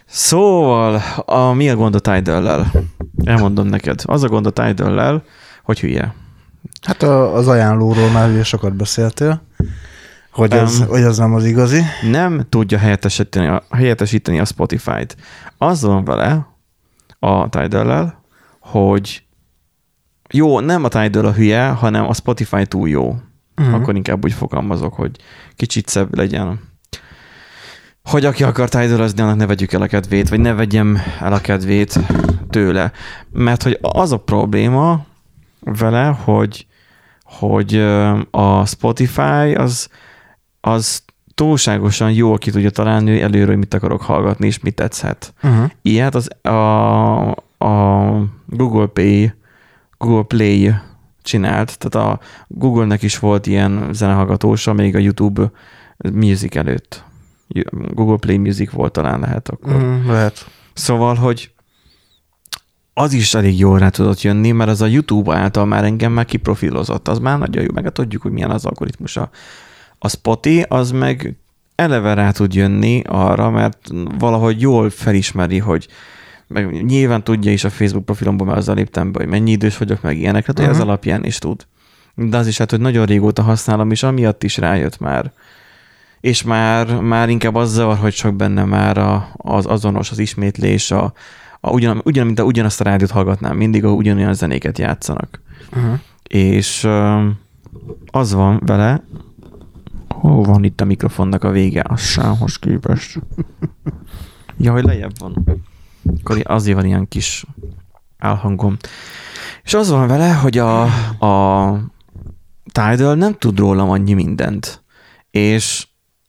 Szóval, mi a gond a Tidal-lel? Elmondom neked. Az a gond a Tidal-lel, hogy hülye. Hát az ajánlóról már ugye sokat beszéltél, hogy az nem az igazi. Nem tudja helyettesíteni a Spotify-t. Az van vele a Tidal-lel, hogy jó, nem a Tidal a hülye, hanem a Spotify túl jó. Akkor inkább úgy fogalmazok, hogy kicsit szebb legyen. Hogy aki akar Tidal-özni, annak ne vegyük el a kedvét, vagy ne vegyem el a kedvét tőle. Mert hogy az a probléma vele, hogy a Spotify az túlságosan jól ki tudja találni előre, hogy mit akarok hallgatni, és mit tetszhet. Ilyet a Google Play csinált, tehát a Google-nek is volt ilyen zenehallgatósa, még a YouTube Music előtt. Google Play Music volt, talán lehet akkor. Lehet. Szóval, hogy az is elég jól rá tudott jönni, mert az a YouTube által már engem már kiprofilozott. Az már nagyon jó, meg tudjuk, hogy milyen az algoritmusa. A Spotify az meg eleve rá tud jönni arra, mert valahogy jól felismeri, hogy meg nyilván tudja is a Facebook profilomban, mert azzal léptem be, hogy mennyi idős vagyok, meg ilyenekre, hogy az alapján is tud. De az is hát, hogy nagyon régóta használom, és amiatt is rájött már. És már inkább az zavar, hogy csak benne már az azonos, az ismétlés, ugyanazt a rádiót hallgatnám mindig, ahol ugyanolyan zenéket játszanak. És az van vele, hol van itt a mikrofonnak a vége? A számhoz képest. Ja, hogy lejjebb van. Akkor azért van ilyen kis álhangom. És az van vele, hogy a Tidal nem tud rólam annyi mindent. És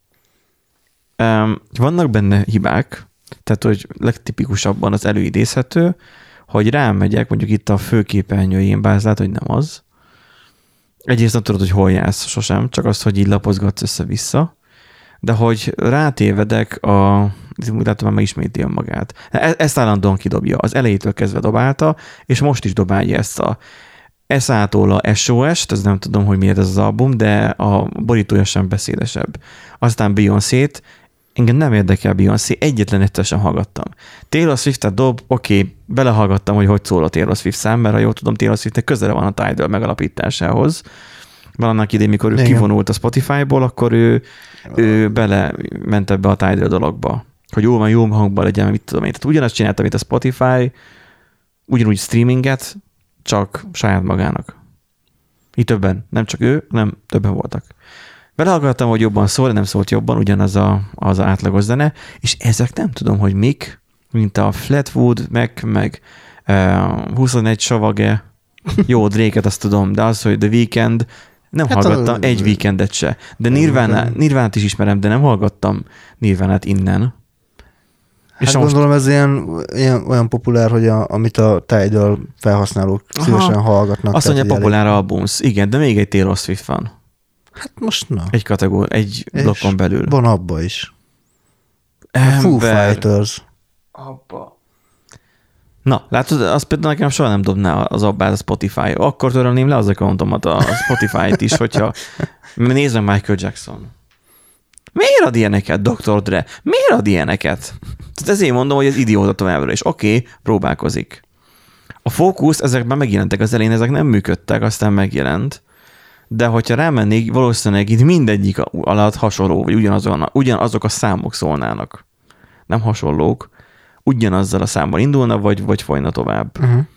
vannak benne hibák, tehát hogy legtipikusabban az előidézhető, hogy rámegyek, mondjuk itt a főképernyőjén, bár lehet, hogy nem az. Egyrészt nem tudod, hogy hol jársz sosem, csak azt, hogy így lapozgatsz össze-vissza, de hogy rátévedek látom, már megisméti magát. Ezt állandóan kidobja. Az elejétől kezdve dobálta, és most is dobálja ezt a SA-tól a SOS-t, ez nem tudom, hogy miért ez az album, de a borítója sem beszédesebb. Aztán Beyoncé-t, engem nem érdekel Beyoncé, egyetlen egyszer sem hallgattam. Taylor Swift-et dob, oké, belehallgattam, hogy szól a Taylor Swift szám, mert ha jól tudom, Taylor Swiftnek közele van a Tidal megalapításához. Valannak idén, mikor ő kivonult a Spotify-ból, akkor ő bele ment ebbe a Tidal dologba. Hogy jó hangban legyen, mit tudom én. Tehát ugyanazt csináltam, mint a Spotify, ugyanúgy streaminget, csak saját magának. Így többen, nem csak ő, nem többen voltak. Belehallgattam, hogy jobban szól, de nem szólt jobban, ugyanaz az átlagos zene, és ezek nem tudom, hogy mik, mint a Flatwood, meg 21 Savage, jó, Drake-et azt tudom, de az, hogy The Weeknd, nem hallgattam egy Weekendet se. De Nirvánát is ismerem, de nem hallgattam Nirvánát innen. Hát és gondolom ez olyan populár, hogy amit a Tidal felhasználók szívesen hallgatnak. Azt mondja, populár albums. Igen, de még egy Taylor Swift van. Hát most na. Egy blokkon belül. Van abba is. Foo Fighters. Abba. Na, látod, azt például nekem soha nem dobná az abbát a Spotify. Akkor törölném le az accountomat a Spotify-t is, hogyha nézzem Michael Jackson. Miért ad ilyeneket, Dr. Dre? Miért ad ilyeneket? Tehát ezért mondom, hogy ez idióta továbbra is. Oké, próbálkozik. A Focus, ezekben megjelentek az elején, ezek nem működtek, aztán megjelent. De hogyha rámennék, valószínűleg itt mindegyik alatt hasonló, vagy ugyanazok a számok szólnának. Nem hasonlók. Ugyanazzal a számmal indulna, vagy folyna tovább.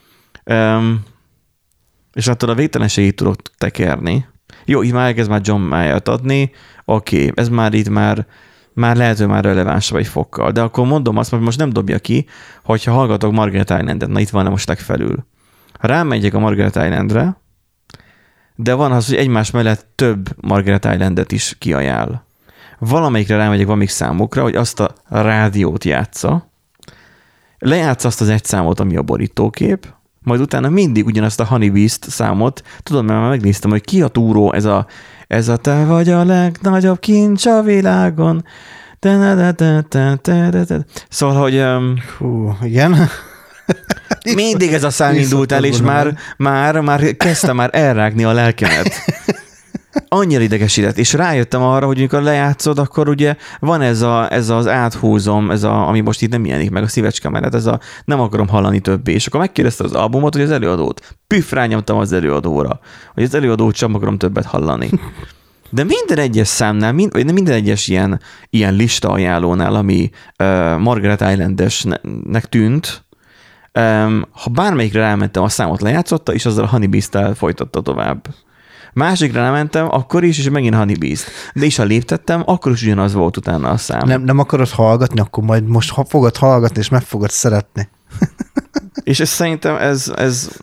És attól a végtelenségig tudok tekerni. Jó, itt már elkezd már John Mayer-t adni, oké, ez már itt már lehet, hogy már relevánsabb egy fokkal. De akkor mondom azt, hogy most nem dobja ki, hogyha hallgatok Margaret Islandet, na itt van most legfelül. Rámegyek a Margaret Islandre, de van az, hogy egymás mellett több Margaret Islandet is kiajánl. Valamelyikre rámegyek valamelyik számokra, hogy azt a rádiót játsza, lejátsza azt az egy számot, ami a borítókép, majd utána mindig ugyanazt a Honey Beast számot, tudom, mert már megnéztem, hogy ki a túró, ez a te vagy a legnagyobb kincs a világon. Szóval, hogy... igen. Mindig ez a szám indult el, és már kezdte már elrágni a lelkemet. annyira idegesített, és rájöttem arra, hogy amikor lejátszod, akkor ugye van ez az áthúzom, ami most itt nem jelenik meg a szívecske mellett, nem akarom hallani többé, és akkor megkérdezte az albumot, hogy az előadót. Püff, rányomtam az előadóra, hogy az előadót sem akarom többet hallani. De minden egyes számnál, minden egyes ilyen lista ajánlónál, ami Margaret Island-esnek tűnt, ha bármelyikre rámentem, a számot lejátszotta, és azzal a Honey Beast-tel folytatta tovább. Másikra rámentem, akkor is, és megint Honey Beast. De is ha léptettem, akkor is ugyanaz volt utána a szám. Nem akarod hallgatni, akkor majd most fogod hallgatni, és meg fogod szeretni. És ez szerintem ez...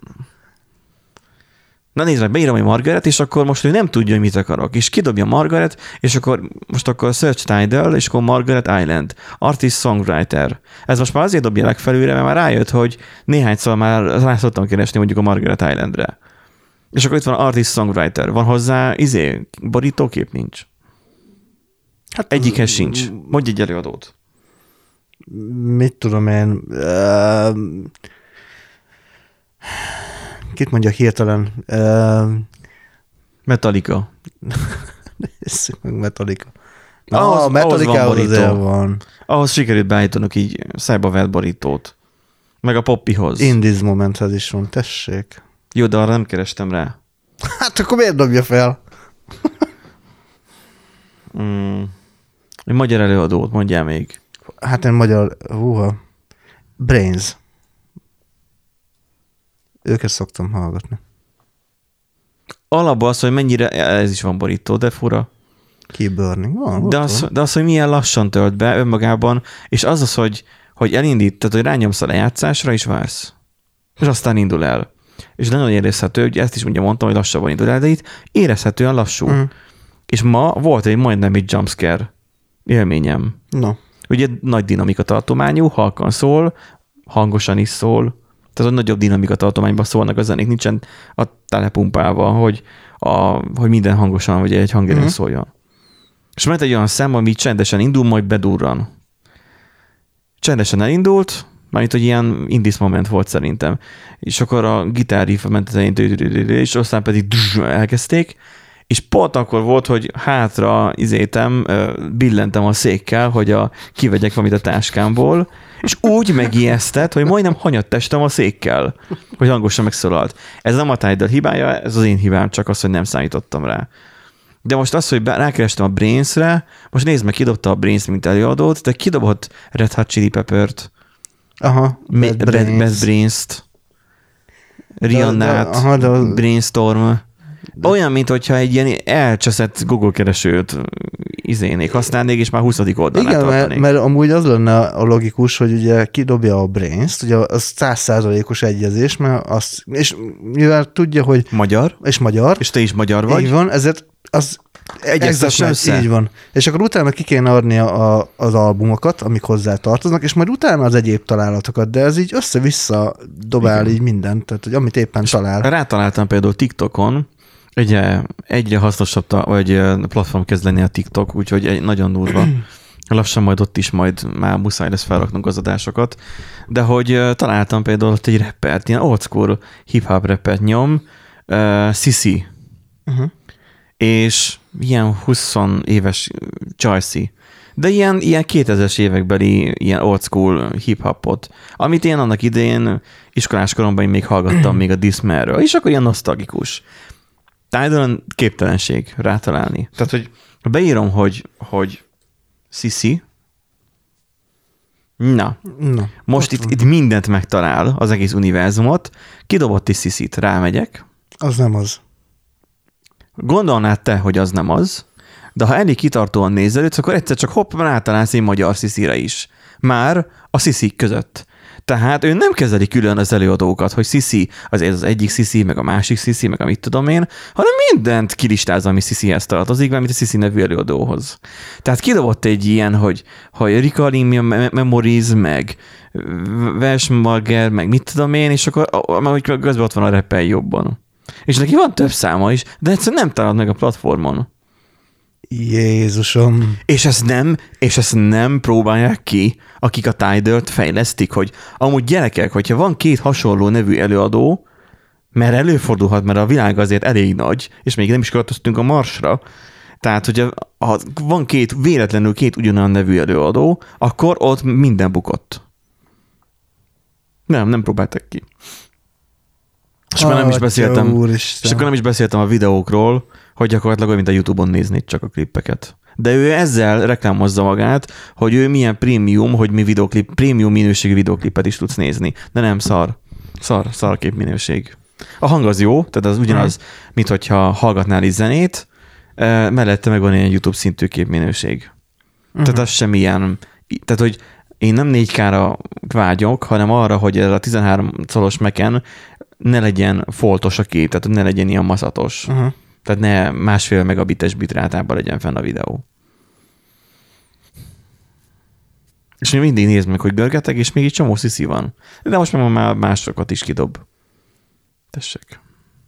Na nézd meg, beírom, hogy Margaret, és akkor most ő nem tudja, hogy mit akarok. És kidobja Margaret, és akkor search title, és akkor Margaret Island. Artist Songwriter. Ez most már azért dobja legfelülre, mert már rájött, hogy néhányszor már rá szoktam keresni mondjuk a Margaret Islandre. És akkor itt van Artist Songwriter. Van hozzá, borítókép nincs. Hát egyikhez sincs. Mondj egy előadót. Mit tudom én... Kit mondjak hirtelen? Metallica. Nézzük meg Metallica. A Metallica azért van. Ahhoz sikerült beállítanunk így szájba borítót. Meg a Poppyhoz. In this momenthez is van, tessék. Jó, de arra nem kerestem rá. Hát akkor miért dobja fel? Egy magyar előadót mondjál még. Hát én magyar... Brains. Őket szoktam hallgatni. Alapban az, hogy mennyire... Ez is van borító, de fura. Keep Burning. Van, de az, hogy milyen lassan tölt be önmagában, és az, hogy elindít, tehát hogy rányomsz a lejátszásra, és vársz. És aztán indul el. És nagyon érezhető, hogy ezt is ugye mondtam, hogy lassabban indul el, de itt érezhetően lassú. És ma volt majdnem egy jumpscare élményem. No. Ugye nagy dinamika tartományú, halkan szól, hangosan is szól, tehát a nagyobb dinamika tartományban szólnak a zenék, nincsen a telepumpálva, hogy minden hangosan, vagy egy hangerőn szóljon. És ment egy olyan szám, ami csendesen indul, majd bedurran. Csendesen elindult, mármint, hogy ilyen in moment volt szerintem. És akkor a gitárriff ment az elején, és aztán pedig elkezdték, és pont akkor volt, hogy hátra billentem a székkel, hogy kivegyek valamit a táskámból, és úgy megijesztett, hogy majdnem hanyattestem a székkel, hogy hangosan megszólalt. Ez nem a Tidal hibája, ez az én hibám, csak az, hogy nem számítottam rá. De most az, hogy rákerestem a Brains-re, most nézd meg, kidobta a Brains, mint előadót, de kidobott Red Hot Chili Peppert, Bad Brains-t, Rihanna-t, Brainstorm. Olyan, mint hogyha egy ilyen elcseszett Google keresőt használnék, és már 20. oldalnál tartanék. Igen, mert amúgy az lenne a logikus, hogy ugye kidobja a Brains-t, ugye az 100%-os egyezés, mert és mivel tudja, hogy... Magyar. És te is magyar vagy. Így van, ezért az egyeztessen össze. Így van. És akkor utána ki kéne adni az albumokat, amik hozzá tartoznak, és majd utána az egyéb találatokat, de ez így össze-vissza dobál így mindent, tehát hogy amit éppen talál. Rátaláltam például TikTokon, ugye egyre hasznosabb platform kezd lenni a TikTok, úgyhogy nagyon durva. Lassan majd ott is már muszáj lesz felraknunk az adásokat. De hogy találtam például ott egy rappert, ilyen old school hip-hop rappert nyom, Sissy. És ilyen 20 éves Chelsea. De ilyen 2000-es évekbeli ilyen old school hip-hopot, amit én annak idején iskolás koromban én még hallgattam még a Discmanről, és akkor ilyen nosztalgikus. Tidal képtelenség rátalálni. Tehát, hogy beírom, hogy Sissy. Na. Most itt mindent megtalál, az egész univerzumot. Kidobott is Sissy-t, rámegyek. Az nem az. Gondolnád te, hogy az nem az, de ha elég kitartóan nézelődsz, akkor egyszer csak hopp, rátalálsz egy magyar Sissy-re is. Már a Sissy között. Tehát ő nem kezeli külön az előadókat, hogy Sissy, az egyik Sissy, meg a másik Sissy, meg amit tudom én, hanem mindent kilistáz, ami Sissyhez tartozik, mint a Sissy nevű előadóhoz. Tehát kidobott egy ilyen, hogy Recalling Memories, meg Versmager, meg mit tudom én, és akkor közben ott van a rappel jobban. És neki van több száma is, de egyszerűen nem találod meg a platformon. Jézusom. És ezt nem próbálják ki, akik a Tidal-t fejlesztik, hogy amúgy gyerekek, hogyha van két hasonló nevű előadó, Mert előfordulhat, mert a világ azért elég nagy, és még nem is költöztünk a Marsra. Tehát, hogyha van véletlenül két ugyanolyan nevű előadó, akkor ott minden bukott. Nem próbáltak ki. És akkor nem is beszéltem a videókról, hogy gyakorlatilag olyan, mint a YouTube-on nézni csak a klippeket. De ő ezzel reklámozza magát, hogy ő milyen prémium, hogy mi prémium minőségű videóklipet is tudsz nézni. De nem szar képminőség. A hang az jó, tehát az ugyanaz, mint hogyha hallgatnál is zenét, mellette meg van ilyen YouTube szintű képminőség. Tehát az sem ilyen, tehát hogy én nem 4K-ra vágyok, hanem arra, hogy ez a 13 colos Mac-en ne legyen foltos a kép, tehát ne legyen ilyen maszatos. Tehát ne 1,5 megabites bitrátában legyen fenn a videó. És még mindig nézd meg, hogy görgetek, és még egy csomó sziszi van. De most már másokat is kidob. Tessék.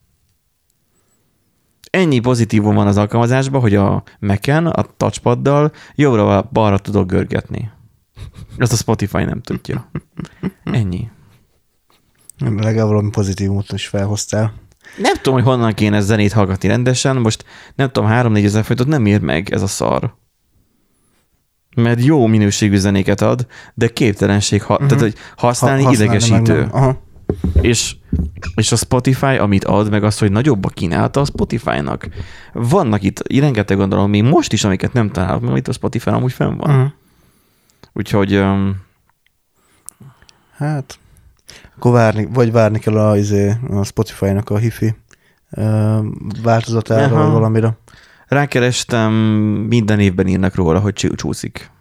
Ennyi pozitívum van az alkalmazásban, hogy a Mac-en, a touchpaddal jobbra-balra tudok görgetni. Ezt a Spotify nem tudja. Ennyi. Legalább valami pozitívumot is felhoztál. Nem tudom, hogy honnan kéne zenét hallgatni rendesen, most nem tudom, 3-4 ezer forintot nem ér meg ez a szar. Mert jó minőségű zenéket ad, de képtelenség, tehát hogy használni idegesítő. És a Spotify, amit ad, meg az, hogy nagyobb a kínálata a Spotify-nak. Vannak itt rengeteg gondolom, még most is, amiket nem találok, mert itt a Spotify amúgy fenn van. Úgyhogy... Hát... Akkor várni kell a Spotify-nak a hifi változatára, vagy valamire. Rákerestem, minden évben írnak róla, hogy csúszik.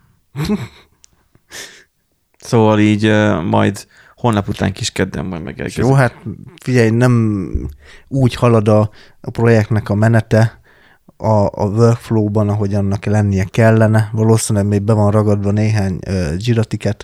Szóval így majd holnap után kis kedden majd megelkezik. Jó, hát figyelj, nem úgy halad a projektnek a menete a workflow-ban, ahogy annak lennie kellene. Valószínűleg még be van ragadva néhány Jira-tiket.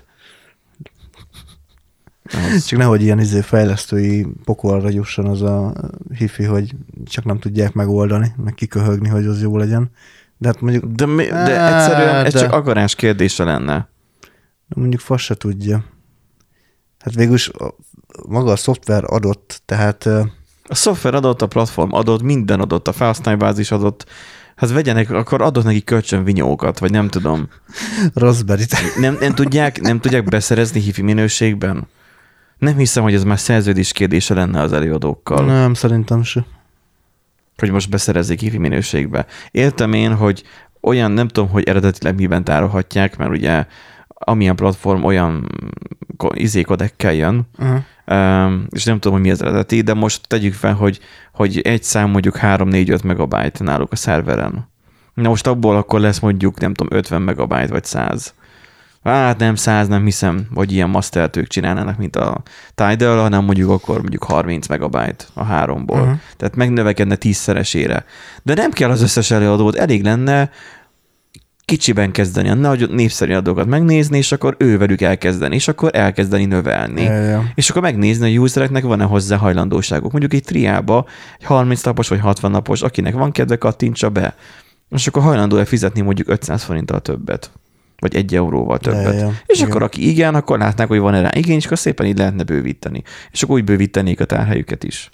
Csak nehogy ilyen fejlesztői pokolra jusson az a hifi, hogy csak nem tudják megoldani, meg kiköhögni, hogy az jó legyen. De hát mondjuk... De egyszerűen ez csak akarás kérdése lenne. De mondjuk fasz se tudja. Hát végülis maga a szoftver adott, tehát... A szoftver adott, a platform adott, minden adott, a felhasználóbázis adott. Hát vegyenek, akkor adott neki kölcsönvinyókat, vagy nem tudom. Raspberry-t. Nem tudják beszerezni hifi minőségben? Nem hiszem, hogy ez már szerződés kérdése lenne az előadókkal. Nem, szerintem se. Hogy most beszerezzék hifi minőségbe. Értem én, hogy olyan, nem tudom, hogy eredetileg miben tárolhatják, mert ugye amilyen platform olyan kodekkel jön, és nem tudom, hogy mi az eredeti, de most tegyük fel, hogy egy szám mondjuk 3-4-5 megabyte náluk a szerveren. Na most abból akkor lesz mondjuk, nem tudom, 50 megabyte vagy 100. Hát nem 100, nem hiszem, hogy ilyen mastert ők csinálnának, mint a Tidal, hanem mondjuk 30 megabyte a 3-ból. Tehát megnövekedne 10-szeresére. De nem kell az összes előadót, elég lenne kicsiben kezdeni, a nagy népszerű adókat megnézni, és akkor ővelük elkezdeni, és akkor elkezdeni növelni. És akkor megnézni, a usereknek van-e hozzá hajlandóságuk. Mondjuk egy triába, egy 30 napos vagy 60 napos, akinek van kedve, kattintsa be. És akkor hajlandó-e fizetni mondjuk 500 forinttal többet. Vagy 1 euróval többet. És akkor aki igen, akkor látnák, hogy van-e rá igény, és akkor szépen így lehetne bővíteni. És akkor úgy bővítenék a tárhelyüket is.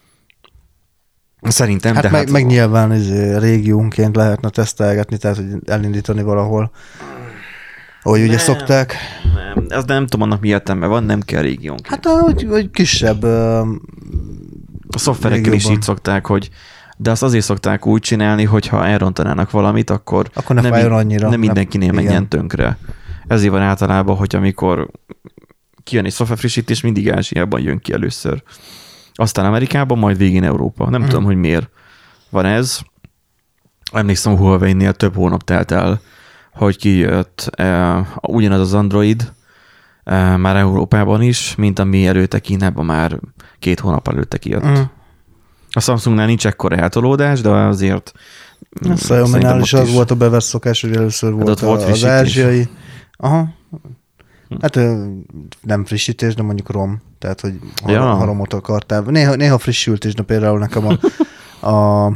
Szerintem. Hát meg nyilván régiónként lehetne tesztelgetni, tehát hogy elindítani valahol, ahogy ugye szokták. Nem, az nem tudom, annak mi értelme van, nem kell régiónként. Hát hogy kisebb a szoftverekkel is így szokták, hogy de azt azért szokták úgy csinálni, hogy ha elrontanának valamit, akkor ne fájjon annyira. Nem mindenkinél menjen tönkre. Ezért van általában, hogy amikor kijön egy szoftverfrissítés, mindig Ázsiában jön ki először. Aztán Amerikában, majd végén Európa. Nem tudom, hogy miért van ez. Emlékszem, Huawei-nél több hónap telt el, hogy kijött ugyanaz az Android már Európában is, mint ami előtte Kínában már 2 hónap előtte kijött. A Samsungnál nincs ekkora eltolódás, de azért... A Xiaomi-nál is az volt a bevett szokás, hogy először volt az ázsiai. Aha. Hát nem frissítés, de mondjuk ROM. Tehát, hogy ha ROM-ot akartál. Néha frissült is, de például nekem a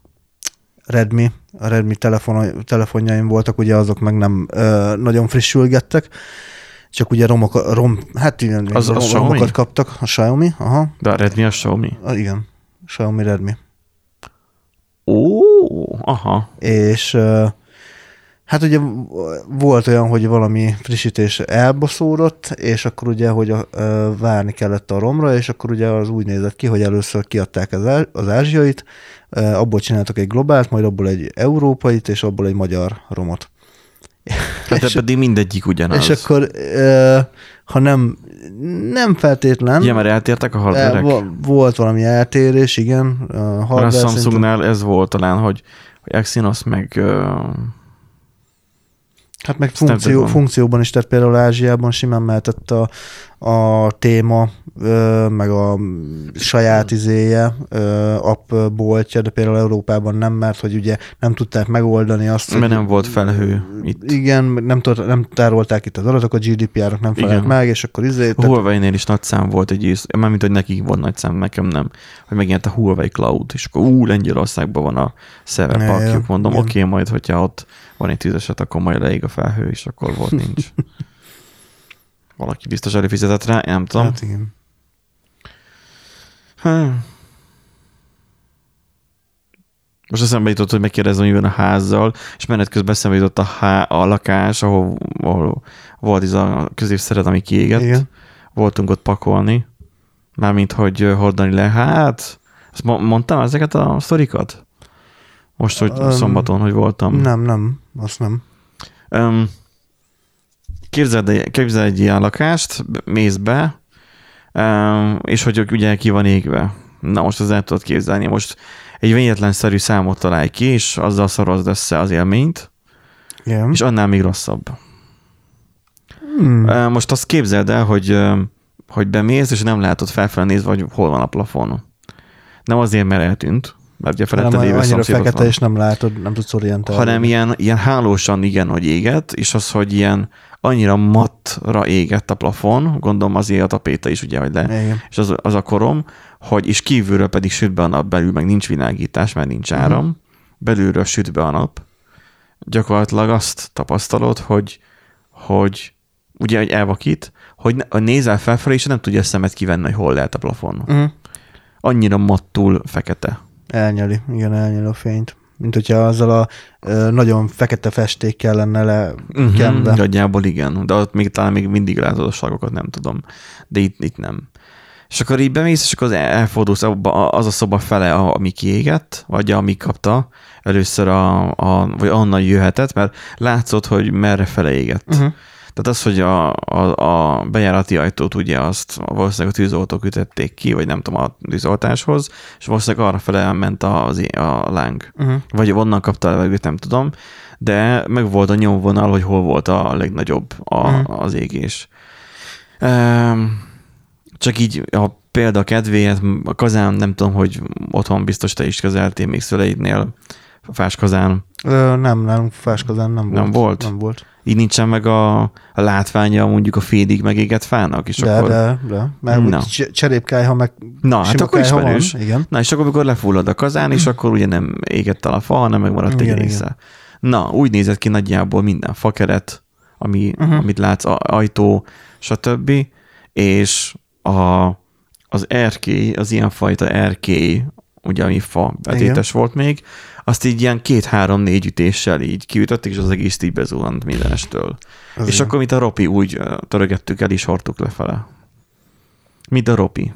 Redmi telefonjaim voltak, ugye azok meg nem nagyon frissülgettek. csak ugye romokat kaptak, a Xiaomi, aha. De a Redmi a Xiaomi? Igen, Xiaomi Redmi. Ó, aha. És hát ugye volt olyan, hogy valami frissítés elbaszódott, és akkor ugye, hogy várni kellett a romra, és akkor ugye az úgy nézett ki, hogy először kiadták az ázsiait, abból csináltak egy globált, majd abból egy európait, és abból egy magyar romot. Hát pedig mindegyik ugyanaz. És akkor, ha nem feltétlen... Igen, mert eltértek a hardverek? Volt valami eltérés, igen. A Samsungnál ez volt talán, hogy Exynos meg... Hát meg funkcióban is, tehát például Ázsiában simán mehetett a téma, meg a saját appboltja, de például Európában nem, mert hogy ugye nem tudták megoldani azt, mert nem volt felhő itt. Igen, nem tárolták itt az adatokat, a GDPR-nak nem felelt meg, és akkor A Huawei-nél is nagy szám volt mármint, hogy nekik volt nagy szám, nekem nem, hogy megjelent a Huawei Cloud, és akkor Lengyelországban van a szerverparkjuk, mondom, oké, majd, hogyha ott van egy tűzeset, akkor majd leég a felhő, és akkor volt nincs. Valaki biztos előfizetett rá, nem tudom. Hát igen. Most eszembe jutott, hogy megkérdezem, hogy jön a házzal, és menet közben eszembe jutott a lakás, ahol volt ez a középszeret, ami kiégett. Igen. Voltunk ott pakolni. Mármint, hogy hordani le. Hát, azt mondtam ezeket a sztorikat? Most, hogy szombaton, hogy voltam. Nem, azt nem. Képzeld egy ilyen lakást, mész be, és hogy ugye ki van égve. Na most az el tudod képzelni. Most egy véletlenszerű számot találj ki, és azzal szorozd össze az élményt, és annál még rosszabb. Most azt képzeld el, hogy bemész, és nem látod felfelé nézve, hogy hol van a plafon. Nem azért, mert eltűnt, mert ugye felette lévő szomszédot fekete, van. És nem látod, nem tudsz orientálni. Hanem ilyen hálósan igen, hogy éget, és az, hogy ilyen annyira mattra égett a plafon, gondolom azért a tapéta is ugye, hogy le, igen. És az a korom, hogy és kívülről pedig süt be a nap, belül meg nincs világítás, mert nincs áram, belülről süt be a nap. Gyakorlatilag azt tapasztalod, hogy ugye, hogy elvakít, hogy nézel felfelé, és nem tudja a szemet kivenni, hogy hol lehet a plafon. Annyira mattul fekete. Elnyeli a fényt. Mint hogyha azzal a nagyon fekete festékkel lenne lekembe. Nagyjából igen, de ott talán még mindig látod a sarkokat, nem tudom. De itt nem. És akkor így bemész, és akkor elfordulsz az a szoba fele, ami kiégett, vagy ami kapta először, vagy onnan jöhetett, mert látszott, hogy merre fele égett. Tehát az, hogy a bejárati ajtót ugye azt valószínűleg a tűzoltók ütették ki, vagy nem tudom, a tűzoltáshoz, és valószínűleg arra fele ment a láng. Vagy onnan kapta a levegőt, nem tudom, de meg volt a nyomvonal, hogy hol volt a legnagyobb az égés. Csak így a példa kedvéért, a kazán, nem tudom, hogy otthon biztos te is kezeltél még szüleidnél fáskazán. Nem, fáskazán nem volt. Így nincsen meg a látványa mondjuk a félig megégett fának? És de, akkor... de. Mert cserépkályha meg hát akkor ismerős. Van, igen. Na, és akkor amikor lefullad a kazán, és akkor ugye nem égett el a fa, hanem megmaradt egy része. Igen. Na, úgy nézett ki nagyjából minden fakeret, amit látsz, ajtó, stb. És az erkély, az ilyenfajta erkély, ugye ami fa betétes volt még, azt így ilyen 2-3-4 ütéssel így kiütötték, és az egész így bezuhant mindenestől. És akkor, mint a ropi, úgy törögettük el, és hordtuk lefele. Mint a ropi.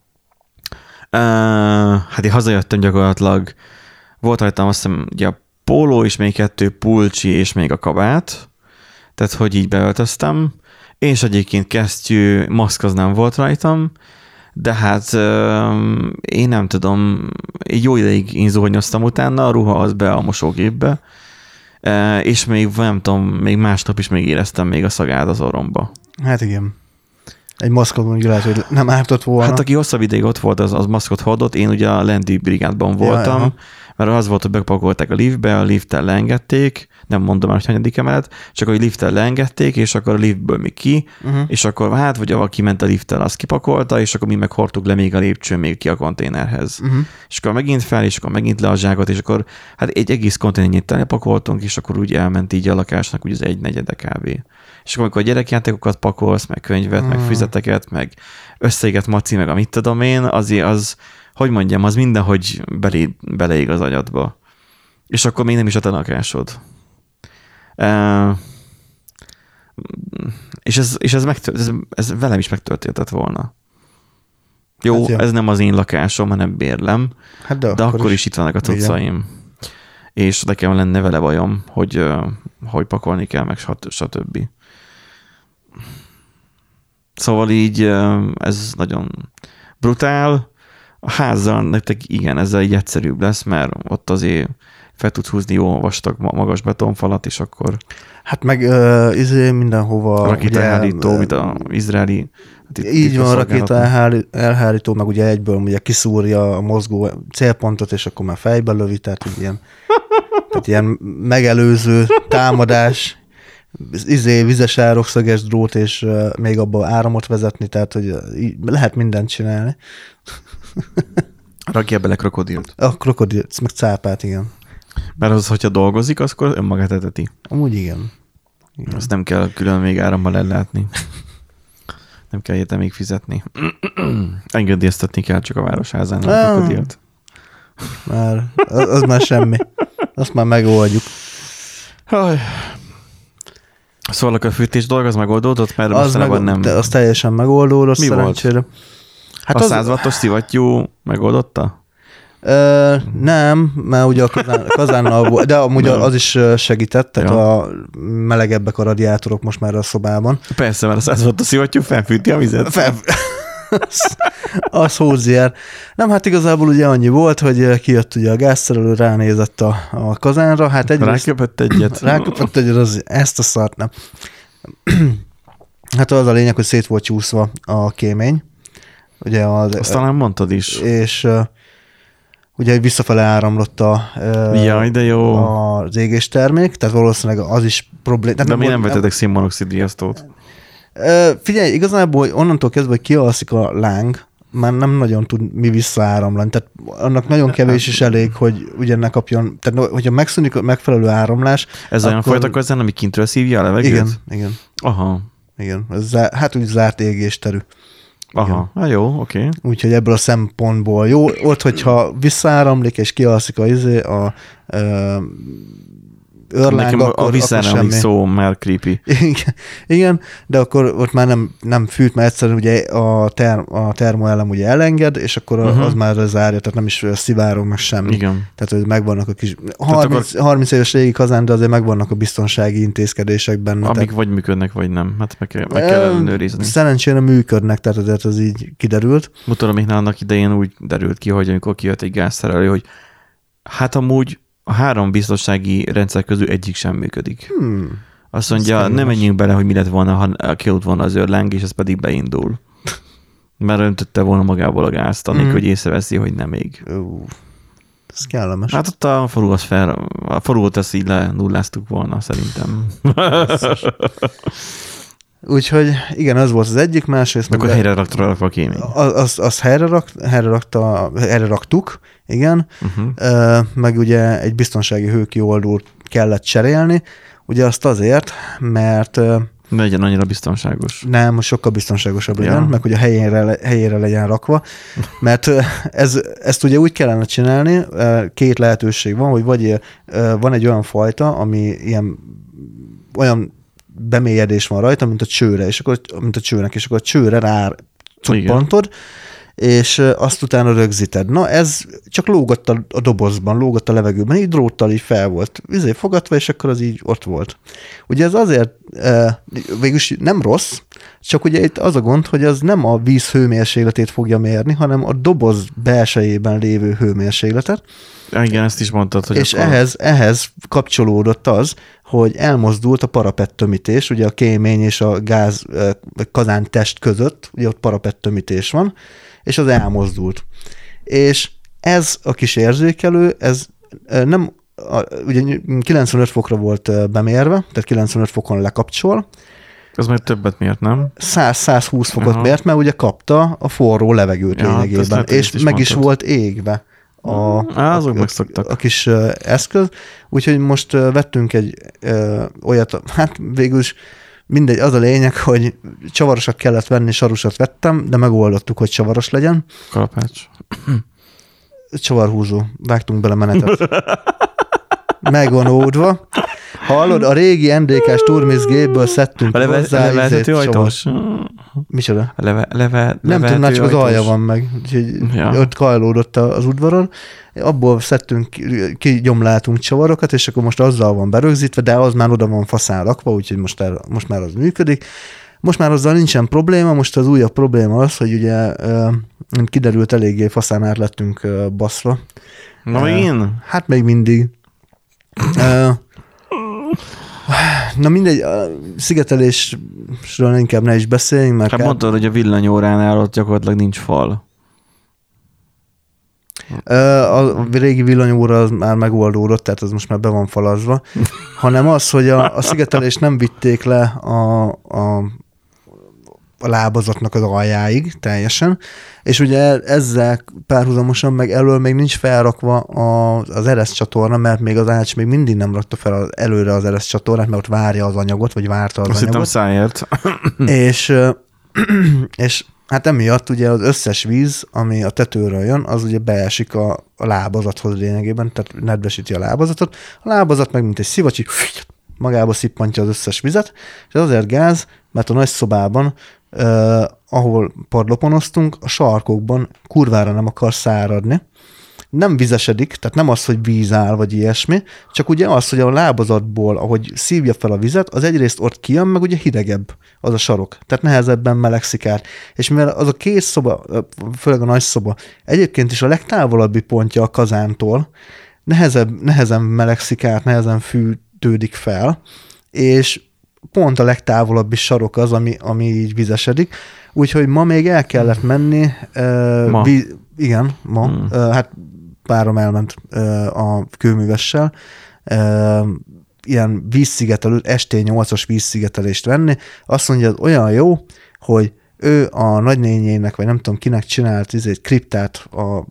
Hát én hazajöttem gyakorlatilag, volt rajtam azt hiszem ugye a póló, és még 2 pulcsi, és még a kabát, tehát hogy így beöltöztem, és egyébként kesztyű, maszk az nem volt rajtam, de hát én nem tudom, egy jó ideig én zuhanyoztam utána, a ruha az be a mosógépbe, és még nem tudom, még másnap is még éreztem még a szagát az orromba. Hát igen. Egy maszkot mondjuk lehet, hogy nem ártott volna. Hát aki hosszabb ideig ott volt, az maszkot hordott, én ugye a Lendi brigádban voltam, mert az volt, hogy bepakolták a liftbe, a lifttel leengedték, nem mondom már, hogy hanyadik emelet, csak hogy lifttel leengedték, és akkor a liftből még ki, és akkor hát, vagy valaki ment a lifttel, azt kipakolta, és akkor mi meg hordtuk le még a lépcsőn, még ki a konténerhez. És akkor megint fel, és akkor megint le a zsákot, és akkor hát egy egész konténernyit telepakoltunk, és akkor úgy elment így a lakásnak úgy az 1/4 kb. És akkor amikor a gyerekjátékokat pakolsz, meg könyvet, meg füzeteket, meg összeéget maci, meg amit tudom én, azért az, hogy mondjam, az mindenhogy beleég az agyadba. És akkor még nem is a te lakásod. És ez velem is megtörténhetett volna. Jó, hát ez nem az én lakásom, hanem bérlem, hát de akkor is itt vannak a cuccaim. És nekem lenne vele bajom, hogy pakolni kell, meg stb. Szóval így ez nagyon brutál. A házzal nektek igen, ezzel így egyszerűbb lesz, mert ott azért fel tudsz húzni jó vastag, magas betonfalat, és akkor... Hát meg mindenhova... Rakétaelhárító, mint az izraeli... Így van, rakéta elhárító, meg ugye egyből ugye kiszúrja a mozgó célpontot, és akkor már fejbe lövi, tehát ilyen megelőző támadás, vizes árokszöges drót, és még abba áramot vezetni, tehát hogy lehet mindent csinálni. Rakja bele krokodilt. A krokodilt, meg cápát, igen. Mert az, hogyha dolgozik, akkor önmagát eteti. Amúgy igen. Azt nem kell külön még árammal ellátni. Nem kell érte még fizetni. Engedélyeztetni kell csak a városházán a krokodilt. Az már semmi. Azt már megoldjuk. Szóval a fűtés dolog, az megoldódott, mert mostanában nem... Az teljesen megoldódott, mi szerencsére. Volt? Hát a 100 wattos szivattyú megoldotta? Nem, mert ugye a kazánnal volt, de amúgy az is segített, tehát a melegebbek a radiátorok most már a szobában. Persze, mert a 100 wattos szivattyú felfűti a vizet. Az hózier. Nem, hát igazából ugye annyi volt, hogy kijött ugye a gázszerelő, ránézett a kazánra. Hát ráköpött egyet. Ráköpött egyet, ezt a szart nem. Hát az a lényeg, hogy szét volt csúszva a kémény. Ugye azt talán mondtad is. És ugye visszafele áramlott jaj, de jó. Az égéstermék, tehát valószínűleg az is probléma. De mi nem vetetek szénmonoxid riasztót? Figyelj, igazából onnantól kezdve, hogy kialszik a láng, már nem nagyon tud mi visszaáramlani. Tehát annak nagyon kevés is elég, hogy ugye ne kapjon, tehát hogyha megszűnik a megfelelő áramlás. Ez olyan fajta kazán, ami kintről szívja a levegőt? Igen. Aha. Igen, hát úgy zárt égésterű. Aha, hát jó, oké. Úgyhogy ebből a szempontból jó. Ott, hogyha visszaáramlik és kialszik a őrláng, a visszaáramlik szó már creepy. Igen, de akkor ott már nem fűt, mert egyszerűen ugye a termoelem ugye elenged, és akkor az már zárja, tehát nem is szivárog meg semmi. Igen. Tehát, hogy megvannak a kis 30 éves régi kazán, de azért megvannak a biztonsági intézkedések benne. Amik vagy működnek, vagy nem. Hát meg kell ellenőrizni. Szerencsére működnek, tehát azért az így kiderült. Mutatomiknál annak idején úgy derült ki, hogy amikor kijött egy gázszerelő, hogy hát amúgy a 3 biztonsági rendszer közül egyik sem működik. Azt mondja, nem menjünk bele, hogy mi lett volna, ha kialudt volna az őrláng, és ez pedig beindul. Mert öntötte volna magából a gázt, annak, hogy észreveszi, hogy nem még. Ez kellemes. Hát ott a forrót ezt így lenulláztuk volna, szerintem. Úgyhogy igen, az volt az egyik, másrészt... Akkor helyre rakta a kémény. Azt helyre raktuk, igen. Meg ugye egy biztonsági hőkioldót kellett cserélni. Ugye azt azért, mert... Ne legyen annyira biztonságos. Nem, most sokkal biztonságosabb legyen, meg hogy a helyére legyen rakva. Mert ezt ugye úgy kellene csinálni, 2 lehetőség van, hogy vagy van egy olyan fajta, ami olyan bemélyedés van rajta, mint a csőre, és akkor, mint a csőnek, és akkor a csőre rá cuppantod, és azt utána rögzíted. Na, ez csak lógott a dobozban, lógott a levegőben, így dróttal így fel volt fogadva, és akkor az így ott volt. Ugye ez azért végülis nem rossz, csak ugye itt az a gond, hogy az nem a víz hőmérsékletét fogja mérni, hanem a doboz belsejében lévő hőmérsékletet. Igen, ezt is mondtad, hogy és akkor... ehhez kapcsolódott az, hogy elmozdult a parapettömítés, ugye a kémény és a gáz kazán test között, ugye ott parapettömítés van, és az elmozdult. És ez a kis érzékelő, ez nem, ugye 95 fokra volt bemérve, tehát 95 fokon lekapcsol. Az már többet mért, nem? 100-120 fokot mért, mert ugye kapta a forró levegőt lényegében, és meg mondtad. Is volt égve a kis eszköz. Úgyhogy most vettünk egy olyat, hát végül is mindegy, az a lényeg, hogy csavarosat kellett venni, sarusat vettem, de megoldottuk, hogy csavaros legyen. Kalapács. Csavarhúzó. Vágtunk bele menetet. Meg van óvva. Hallod, a régi NDK-s turmizgépből szedtünk hozzá. Levezető ajtós? Micsoda? Nem tudom, már csak az alja van meg. Úgyhogy ott kajlódott az udvaron. Abból szedtünk, kigyomláltunk csavarokat, és akkor most azzal van berögzítve, de az már oda van faszán rakva, úgyhogy most már az működik. Most már azzal nincsen probléma, most az újabb probléma az, hogy ugye kiderült, eléggé faszán át lettünk baszva. Na én? Hát még mindig. Na mindegy, a szigetelésről inkább ne is beszéljünk, mert... Hát mondtad, hogy a villanyóránál ott gyakorlatilag nincs fal. A régi villanyóra az már megoldódott, tehát az most már be van falazva, hanem az, hogy a szigetelést nem vitték le a lábazatnak az aljáig teljesen, és ugye ezzel párhuzamosan meg elől még nincs felrakva az ereszcsatorna, mert még az ács még mindig nem rakta fel előre az ereszcsatornát, mert ott várja az anyagot, vagy várta az anyagot. Azt szájért. És hát emiatt ugye az összes víz, ami a tetőről jön, az ugye beesik a lábazathoz lényegében, tehát nedvesíti a lábazatot. A lábazat meg mint egy szivacsi magába szippantja az összes vizet, és azért gáz, mert a nagy szobában, ahol padlóponoztunk, a sarkokban kurvára nem akar száradni. Nem vizesedik, tehát nem az, hogy víz áll, vagy ilyesmi, csak ugye az, hogy a lábazatból, ahogy szívja fel a vizet, az egyrészt ott kijön, meg ugye hidegebb az a sarok, tehát nehezebben melegszik át. És mivel az a két szoba, főleg a nagy szoba, egyébként is a legtávolabbi pontja a kazántól, nehezen melegszik át, nehezen fűtődik fel, és pont a legtávolabbi sarok az, ami így vizesedik. Úgyhogy ma még el kellett menni. Igen, ma. Hát párom elment a kőművessel. Ilyen vízszigetelő, ST8-as vízszigetelést venni. Azt mondja, hogy olyan jó, hogy ő a nagynényének, vagy nem tudom kinek csinált kriptát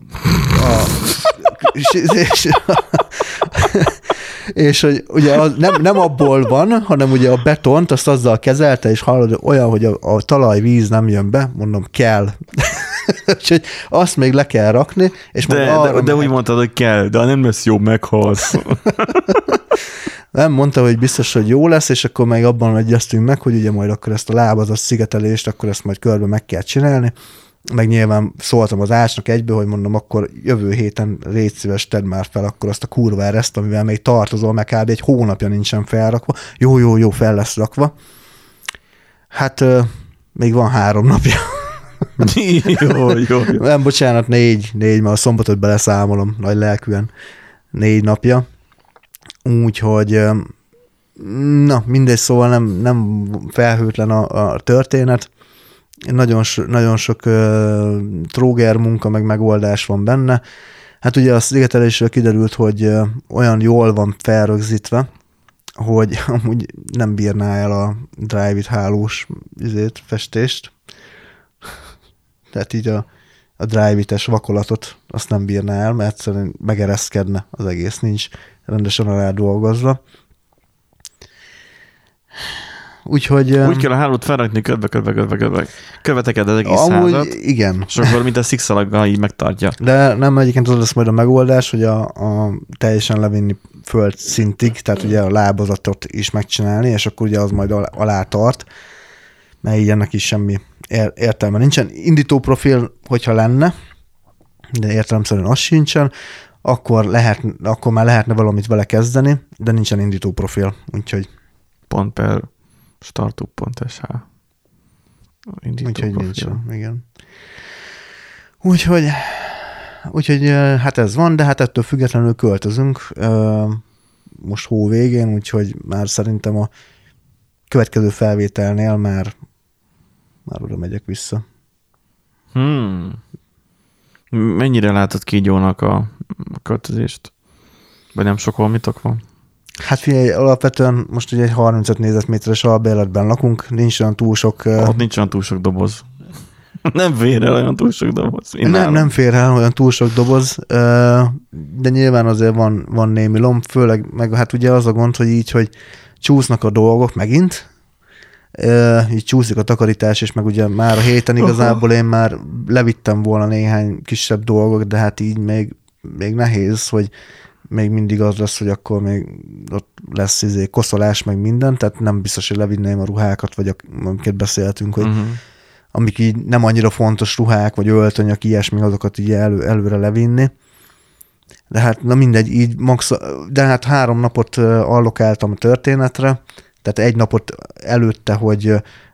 és hogy ugye az nem abból van, hanem ugye a betont, azt azzal kezelte, és hallod, olyan, hogy a talajvíz nem jön be, mondom, kell. Úgyhogy azt még le kell rakni. És de úgy mondtad, hogy kell, de nem lesz jó, meghalsz. Nem, mondta, hogy biztos, hogy jó lesz, és akkor meg abban egyeztünk meg, hogy ugye majd akkor ezt a lábazat szigetelést, akkor ezt majd körbe meg kell csinálni. Meg nyilván szóltam az Ácsnak egyből, hogy mondom, akkor jövő héten légy szíves, tedd már fel akkor azt a kurva ereszt, amivel még tartozol, meg kb. Egy hónapja nincsen felrakva. Jó, fel lesz rakva. Hát még van 3 napja. Jó. Nem, bocsánat, 4, mert a szombatot beleszámolom nagy lelkűen. 4 napja. Úgyhogy na, mindegy, szóval nem felhőtlen a történet. Nagyon sok tróger munka, meg megoldás van benne. Hát ugye a szigetelésről kiderült, hogy olyan jól van felrögzítve, hogy amúgy nem bírná el a Drive-It hálós festést. Tehát így a Drive-It-es vakolatot azt nem bírná el, mert egyszerűen megereszkedne az egész, nincs rendesen alá dolgozva. Úgyhogy... Úgy kell a hálót felrakni, követeked az egész amúgy, házat. Igen. És akkor mint a szikszalaggal így megtartja. De nem, egyébként az lesz majd a megoldás, hogy a teljesen levinni föld szintig, tehát ugye a lábazatot is megcsinálni, és akkor ugye az majd alá tart, mert így ennek is semmi értelme nincsen. Indító profil, hogyha lenne, de értelemszerűen az sincsen, akkor már lehetne valamit vele kezdeni, de nincsen indító profil, úgyhogy... Pont per startup.sh. Úgyhogy nincs, igen. Úgyhogy hát ez van, de hát ettől függetlenül költözünk most hó végén, úgyhogy már szerintem a következő felvételnél már oda megyek vissza. Mennyire látod kígyónak a költözést? Vagy nem sok valamitok van? Hát figyelj, alapvetően most ugye egy 35 négyzetméteres albérletben lakunk, nincs olyan túl sok... Ott nincs olyan túl sok doboz. Nem fér el olyan túl sok doboz. Nem fér el olyan túl sok doboz, de nyilván azért van némi lomb, főleg meg hát ugye az a gond, hogy így, hogy csúsznak a dolgok megint, így csúszik a takarítás, és meg ugye már a héten igazából én már levittem volna néhány kisebb dolgok, de hát így még nehéz, hogy még mindig az lesz, hogy akkor még ott lesz koszolás, meg minden, tehát nem biztos, hogy levinném a ruhákat, vagy amiket beszéltünk, hogy amik így nem annyira fontos ruhák, vagy öltönyök, ilyesmi, azokat így előre levinni. De hát na mindegy, így de hát 3 napot allokáltam a történetre, tehát 1 napot előtte, hogy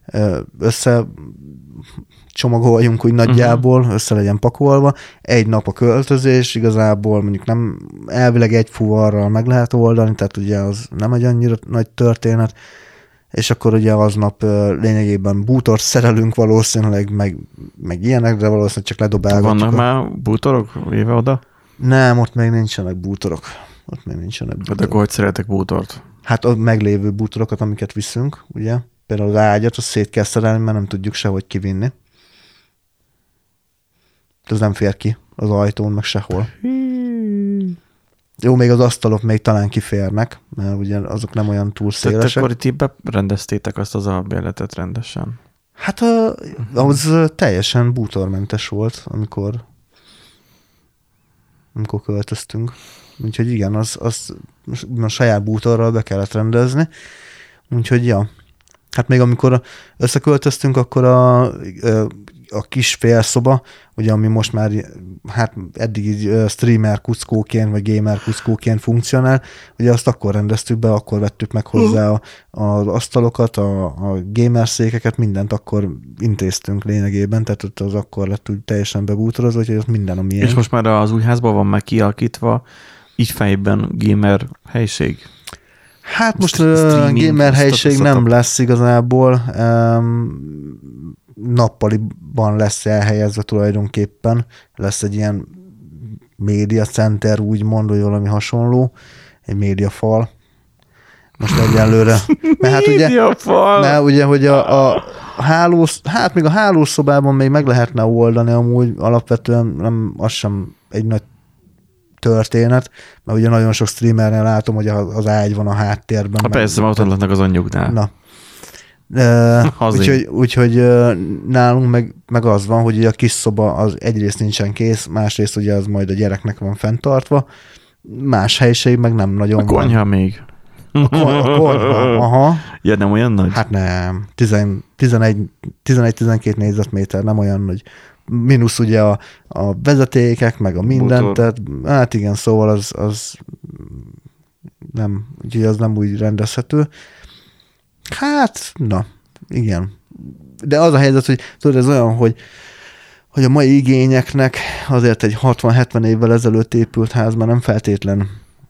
csomagoljuk úgy nagyjából, össze legyen pakolva. 1 nap a költözés, igazából mondjuk nem elvileg egy fuvarral meg lehet oldani, tehát ugye az nem egy annyira nagy történet, és akkor ugye aznap lényegében bútort szerelünk valószínűleg, meg ilyenek, de valószínűleg csak ledobálgatjuk. Vannak már bútorok véve oda? Nem, ott még nincsenek bútorok. De akkor hogy szeretek bútort? Hát a meglévő bútorokat, amiket viszünk, ugye? Például az ágyat, azt szét kell szerelni, mert nem tudjuk sehogy kivinni. Ez nem fér ki az ajtón, meg sehol. Jó, még az asztalok még talán kiférnek, mert ugye azok nem olyan túl szélesek. Tehát akkor itt berendeztétek azt az albérletet rendesen? Hát az teljesen bútormentes volt, amikor költöztünk. Úgyhogy igen, az a saját bútorral be kellett rendezni. Úgyhogy ja. Hát még amikor összeköltöztünk, akkor a kis félszoba, ugye ami most már hát eddig így streamer kuckóként, vagy gamer kuckóként funkcionál, ugye azt akkor rendeztük be, akkor vettük meg hozzá az asztalokat, a gamer székeket, mindent akkor intéztünk lényegében, tehát ott az akkor lett úgy teljesen bebútorozva, úgyhogy az minden, ami ilyen. És most már az új házban van meg kialakítva, így fejben gamer helység? Hát most gamer helység nem lesz igazából, nappaliban lesz elhelyezve tulajdonképpen, lesz egy ilyen média center, úgymond, vagy valami hasonló, egy médiafal. Most egyelőre. Mert ugye, hogy a hálós, hát még a hálószobában még meg lehetne oldani amúgy, alapvetően nem, az sem egy nagy történet, mert ugye nagyon sok streamernél látom, hogy az ágy van a háttérben. Persze, mert ott laknak az anyjuknál. Na. Úgyhogy nálunk meg az van, hogy a kis szoba az egyrészt nincsen kész, másrészt ugye az majd a gyereknek van fenntartva, más helység meg nem nagyon van. A konyha még. A konyha, aha. Ja, nem olyan nagy? Hát nem, 11-12 négyzetméter, nem olyan nagy. Mínusz ugye a vezetékek, meg a mindent, tehát, hát igen, szóval az nem, úgyhogy az nem úgy rendezhető. Hát, na, igen. De az a helyzet, hogy tudod, ez olyan, hogy a mai igényeknek azért egy 60-70 évvel ezelőtt épült ház már nem feltétlen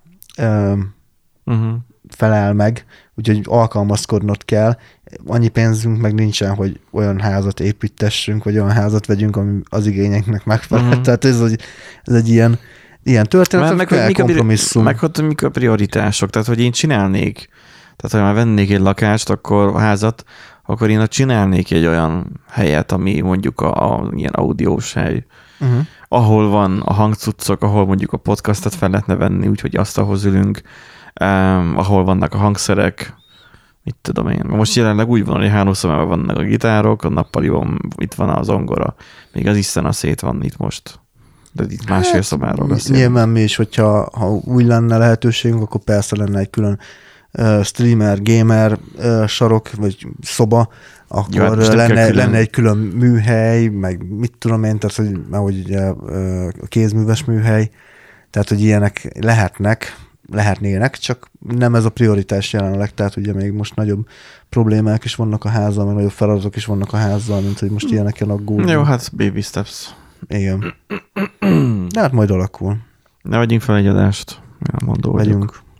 felel meg, úgyhogy alkalmazkodnod kell. Annyi pénzünk meg nincsen, hogy olyan házat építessünk, vagy olyan házat vegyünk, ami az igényeknek megfelel. Tehát ez egy ilyen történet, meg kompromisszum. Meg hogy mik a prioritások, tehát hogy én csinálnék, tehát ha már vennék egy lakást, akkor házat, akkor én csinálnék egy olyan helyet, ami mondjuk ilyen audiós hely, ahol van a hangcuccok, ahol mondjuk a podcastot fel lehetne venni, úgyhogy azt ahhoz ülünk, ahol vannak a hangszerek, mit tudom én. Most jelenleg úgy van, hogy a hálószobában vannak a gitárok, a nappaliban itt van az zongora, még az Isten szét van itt most. De itt másfél szobáról beszélünk. Nyilván mi is, hogyha úgy lenne lehetőségünk, akkor persze lenne egy külön streamer, gamer sarok, vagy szoba, akkor lenne egy külön műhely, meg mit tudom én, tehát hogy ugye a kézműves műhely, tehát hogy ilyenek lehetnének, csak nem ez a prioritás jelenleg, tehát ugye még most nagyobb problémák is vannak a házzal, meg nagyobb feladatok is vannak a házzal, mint hogy most ilyeneken aggódni. Jó, hát baby steps. Igen. De hát majd alakul. Ne vegyünk fel egy adást. Mondó vagyunk.